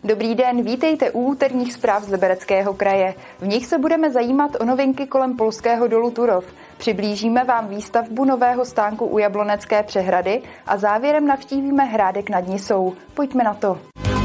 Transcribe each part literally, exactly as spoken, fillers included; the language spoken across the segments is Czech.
Dobrý den, vítejte u úterních zpráv z Libereckého kraje. V nich se budeme zajímat o novinky kolem polského dolu Turów. Přiblížíme vám výstavbu nového stánku u Jablonecké přehrady a závěrem navštívíme Hrádek nad Nisou. Pojďme na to.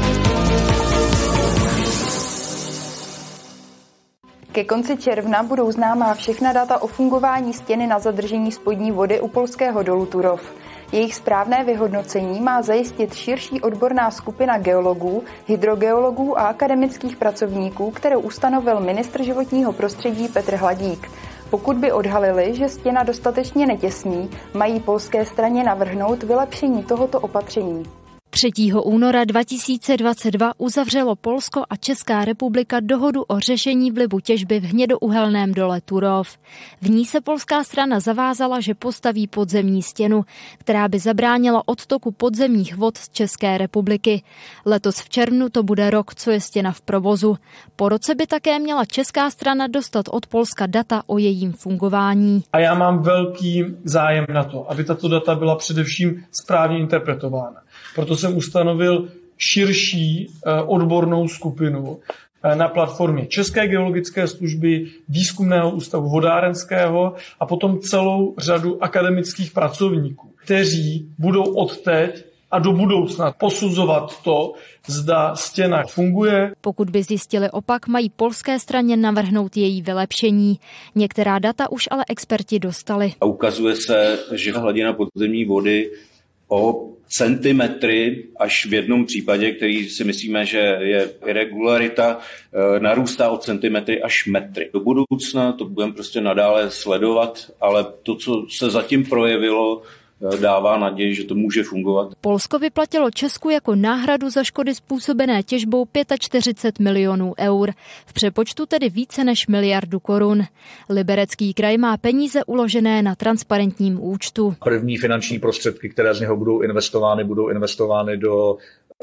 Ke konci června budou známá všechna data o fungování stěny na zadržení spodní vody u polského dolu Turów. Jejich správné vyhodnocení má zajistit širší odborná skupina geologů, hydrogeologů a akademických pracovníků, kterou ustanovil ministr životního prostředí Petr Hladík. Pokud by odhalili, že stěna dostatečně netěsní, mají polské straně navrhnout vylepšení tohoto opatření. třetího února dva tisíce dvacet dva uzavřelo Polsko a Česká republika dohodu o řešení vlivu těžby v hnědouhelném dole Turów. V ní se polská strana zavázala, že postaví podzemní stěnu, která by zabránila odtoku podzemních vod z České republiky. Letos v červnu to bude rok, co je stěna v provozu. Po roce by také měla česká strana dostat od Polska data o jejím fungování. A já mám velký zájem na to, aby tato data byla především správně interpretována. Proto jsem ustanovil širší odbornou skupinu na platformě České geologické služby, Výzkumného ústavu vodárenského a potom celou řadu akademických pracovníků, kteří budou odteď a do budoucna posuzovat to, zda stěna funguje. Pokud by zjistili opak, mají polské straně navrhnout její vylepšení. Některá data už ale experti dostali. A ukazuje se, že hladina podzemní vody o centimetry, až v jednom případě, který si myslíme, že je irregularita, narůstá o centimetry až metry. Do budoucna to budeme prostě nadále sledovat, ale to, co se zatím projevilo, dává naději, že to může fungovat. Polsko vyplatilo Česku jako náhradu za škody způsobené těžbou čtyřicet pět milionů eur, v přepočtu tedy více než miliardu korun. Liberecký kraj má peníze uložené na transparentním účtu. První finanční prostředky, které z něho budou investovány, budou investovány do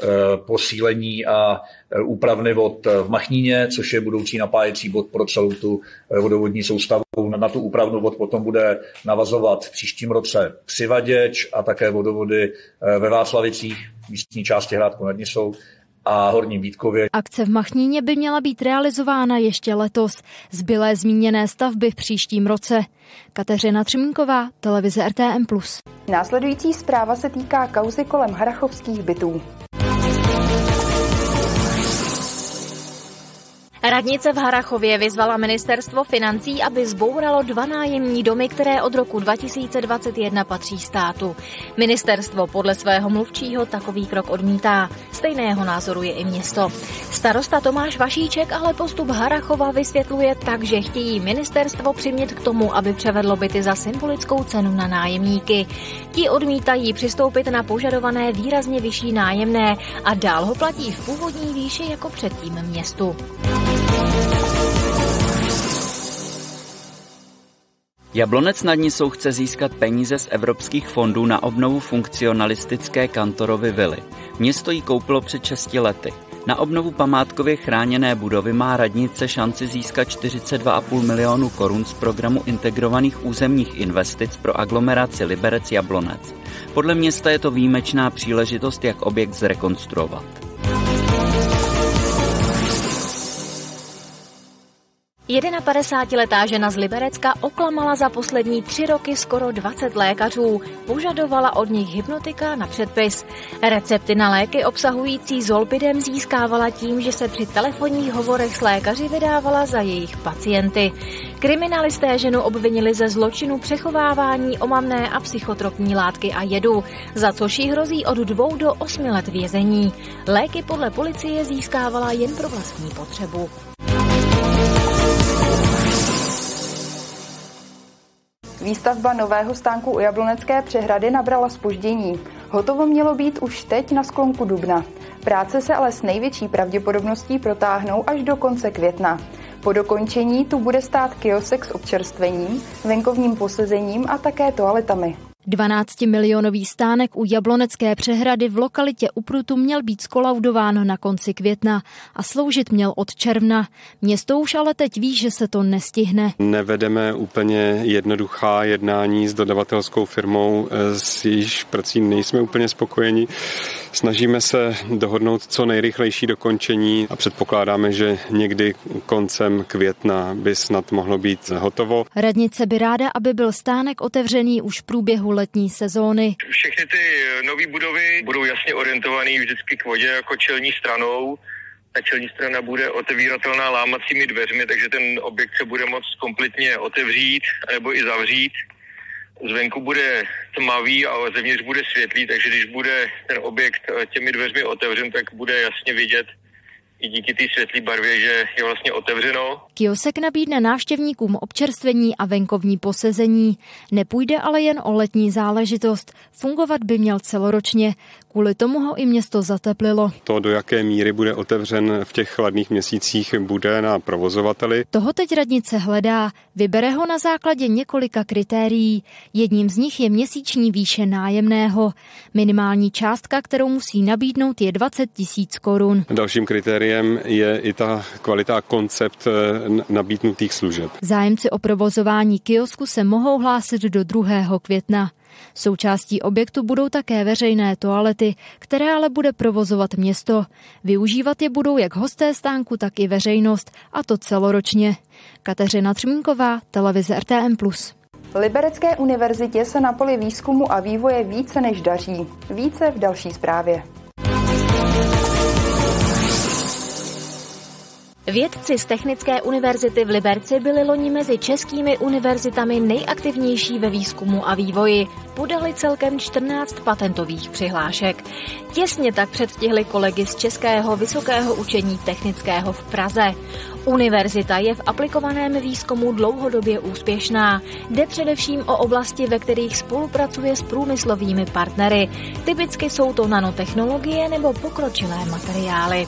posílení a úpravny vod v Machníně, což je budoucí napájecí bod pro celou tu vodovodní soustavu. Na tu úpravnu vod potom bude navazovat v příštím roce Přivaděč a také vodovody ve Václavicích, místní části Hrádku nad Nisou a Horním Vítkově. Akce v Machníně by měla být realizována ještě letos. Zbylé zmíněné stavby v příštím roce. Kateřina Třmínková, televize R T M plus. Následující zpráva se týká kauzy kolem harrachovských bytů. Radnice v Harrachově vyzvala ministerstvo financí, aby zbouralo dva nájemní domy, které od roku dva tisíce dvacet jedna patří státu. Ministerstvo podle svého mluvčího takový krok odmítá. Stejného názoru je i město. Starosta Tomáš Vašíček ale postup Harrachova vysvětluje tak, že chtějí ministerstvo přimět k tomu, aby převedlo byty za symbolickou cenu na nájemníky. Ti odmítají přistoupit na požadované výrazně vyšší nájemné a dál ho platí v původní výši jako předtím městu. Jablonec nad Nisou chce získat peníze z evropských fondů na obnovu funkcionalistické Kantorovy vily. Město ji koupilo před šesti lety. Na obnovu památkově chráněné budovy má radnice šanci získat čtyřicet dva a půl milionu korun z programu integrovaných územních investic pro aglomeraci Liberec Jablonec. Podle města je to výjimečná příležitost, jak objekt zrekonstruovat. jedenapadesátiletá žena z Liberecka oklamala za poslední tři roky skoro dvacet lékařů. Požadovala od nich hypnotika na předpis. Recepty na léky obsahující zolpidem získávala tím, že se při telefonních hovorech s lékaři vydávala za jejich pacienty. Kriminalisté ženu obvinili ze zločinu přechovávání omamné a psychotropní látky a jedu, za což jí hrozí od dvou do osmi let vězení. Léky podle policie získávala jen pro vlastní potřebu. Výstavba nového stánku u Jablonecké přehrady nabrala zpoždění. Hotovo mělo být už teď na sklonku dubna. Práce se ale s největší pravděpodobností protáhnou až do konce května. Po dokončení tu bude stát kiosek s občerstvením, venkovním posezením a také toaletami. dvanáctimilionový stánek u Jablonecké přehrady v lokalitě u Prutu měl být skolaudován na konci května a sloužit měl od června. Město už ale teď ví, že se to nestihne. Nevedeme úplně jednoduchá jednání s dodavatelskou firmou, s jejíž prací nejsme úplně spokojeni. Snažíme se dohodnout co nejrychlejší dokončení a předpokládáme, že někdy koncem května by snad mohlo být hotovo. Radnice by ráda, aby byl stánek otevřený už v průběhu letní sezóny. Všechny ty nové budovy budou jasně orientované vždycky k vodě jako čelní stranou. Ta čelní strana bude otevíratelná lámacími dveřmi, takže ten objekt se bude moct kompletně otevřít nebo i zavřít. Zvenku bude tmavý a zevnitř bude světlý, takže když bude ten objekt těmi dveřmi otevřen, tak bude jasně vidět i díky té světlé barvě, že je vlastně otevřeno. Kiosek nabídne návštěvníkům občerstvení a venkovní posezení. Nepůjde ale jen o letní záležitost. Fungovat by měl celoročně. Kvůli tomu ho i město zateplilo. To, do jaké míry bude otevřen v těch chladných měsících, bude na provozovateli. Toho teď radnice hledá. Vybere ho na základě několika kritérií. Jedním z nich je měsíční výše nájemného. Minimální částka, kterou musí nabídnout, je dvacet tisíc korun. Dalším kritériem je i ta kvalita a koncept nabídnutých služeb. Zájemci o provozování kiosku se mohou hlásit do druhého května. Součástí objektu budou také veřejné toalety, které ale bude provozovat město. Využívat je budou jak hosté stánku, tak i veřejnost, a to celoročně. Kateřina Třmínková, televize R T M plus. Liberecké univerzitě se na poli výzkumu a vývoje více než daří. Více v další zprávě. Vědci z Technické univerzity v Liberci byli loni mezi českými univerzitami nejaktivnější ve výzkumu a vývoji. Podali celkem čtrnáct patentových přihlášek. Těsně tak předstihli kolegy z Českého vysokého učení technického v Praze. Univerzita je v aplikovaném výzkumu dlouhodobě úspěšná. Jde především o oblasti, ve kterých spolupracuje s průmyslovými partnery. Typicky jsou to nanotechnologie nebo pokročilé materiály.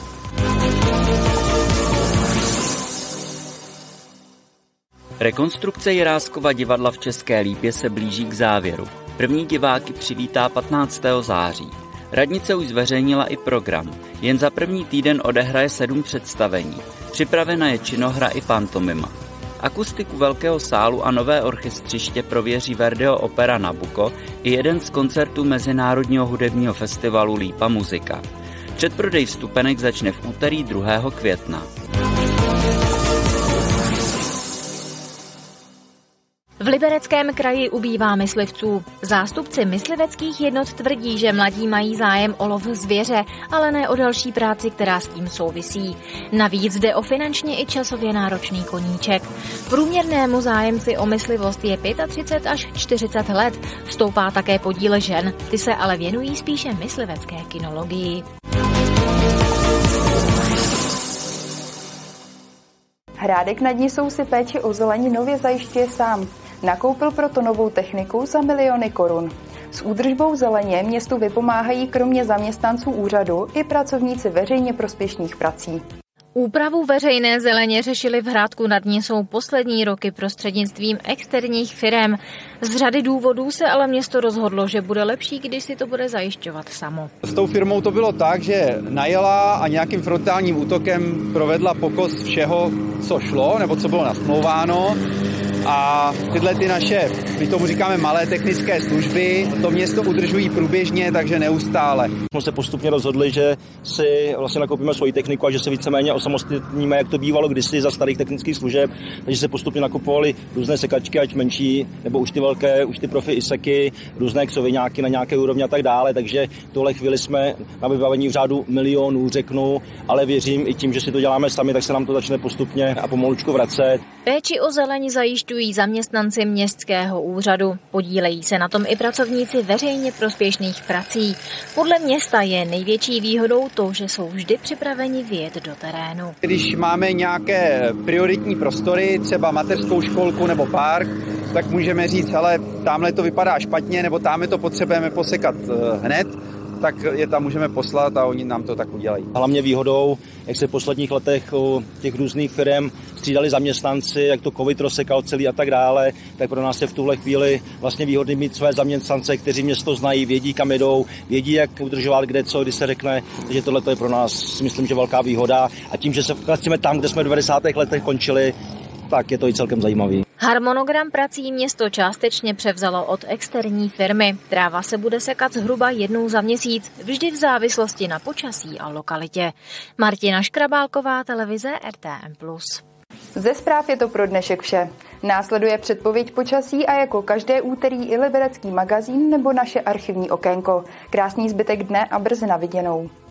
Rekonstrukce Jiráskova divadla v České Lípě se blíží k závěru. První diváky přivítá patnáctého září. Radnice už zveřejnila i program. Jen za první týden odehraje sedm představení. Připravena je činohra i pantomima. Akustiku velkého sálu a nové orchestřiště prověří Verdiho opera Nabucco i jeden z koncertů Mezinárodního hudebního festivalu Lípa muzika. Předprodej vstupenek začne v úterý druhého května. V Libereckém kraji ubývá myslivců. Zástupci mysliveckých jednot tvrdí, že mladí mají zájem o lov zvěře, ale ne o další práci, která s tím souvisí. Navíc jde o finančně i časově náročný koníček. Průměrnému zájemci o myslivost je třicet pět až čtyřicet let. Stoupá také podíl žen, ty se ale věnují spíše myslivecké kynologii. Hrádek nad Nisou si péči o zeleň nově zajišťuje sám. Nakoupil proto novou techniku za miliony korun. S údržbou zeleně městu vypomáhají kromě zaměstnanců úřadu i pracovníci veřejně prospěšných prací. Úpravu veřejné zeleně řešili v Hrádku nad Nisou poslední roky prostřednictvím externích firem. Z řady důvodů se ale město rozhodlo, že bude lepší, když si to bude zajišťovat samo. S tou firmou to bylo tak, že najela a nějakým frontálním útokem provedla pokos všeho, co šlo, nebo co bylo nasmlouváno. A tyhle ty naše, my tomu říkáme malé technické služby, to město udržují průběžně, takže neustále. Jsme se postupně rozhodli, že si vlastně nakoupíme svoji techniku a že se víceméně osamostatníme, jak to bývalo kdysi za starých technických služeb, takže se postupně nakupovali různé sekačky, ať menší, nebo už ty velké, už ty profi iseky, různé křoviňáky na nějaké úrovni a tak dále, takže tohle chvíli jsme na vybavení v řádu milionů, řeknu, ale věřím i tím, že si to děláme sami, tak se nám to začne postupně a pomalučku vracet. Péči o zeleň zajišťují zaměstnanci městského úřadu. Podílejí se na tom i pracovníci veřejně prospěšných prací. Podle města je největší výhodou to, že jsou vždy připraveni vyjet do terénu. Když máme nějaké prioritní prostory, třeba mateřskou školku nebo park, tak můžeme říct, hele, tamhle to vypadá špatně, nebo tamhle to potřebujeme posekat hned, tak je tam můžeme poslat a oni nám to tak udělají. Hlavně výhodou, jak se v posledních letech u těch různých firm střídali zaměstnanci, jak to covid rozsekal celý a tak dále, tak pro nás je v tuhle chvíli vlastně výhodný mít své zaměstnance, kteří město znají, vědí, kam jedou, vědí, jak udržovat kde co, když se řekne, takže tohle je pro nás, si myslím, že velká výhoda. A tím, že se vracíme tam, kde jsme v devadesátých letech končili, tak je to i celkem zajímavý. Harmonogram prací město částečně převzalo od externí firmy. Tráva se bude sekat zhruba jednou za měsíc, vždy v závislosti na počasí a lokalitě. Martina Škrabálková, televize R T M plus. Ze zpráv je to pro dnešek vše. Následuje předpověď počasí a jako každé úterý i Liberecký magazín nebo naše archivní okénko. Krásný zbytek dne a brzy na viděnou.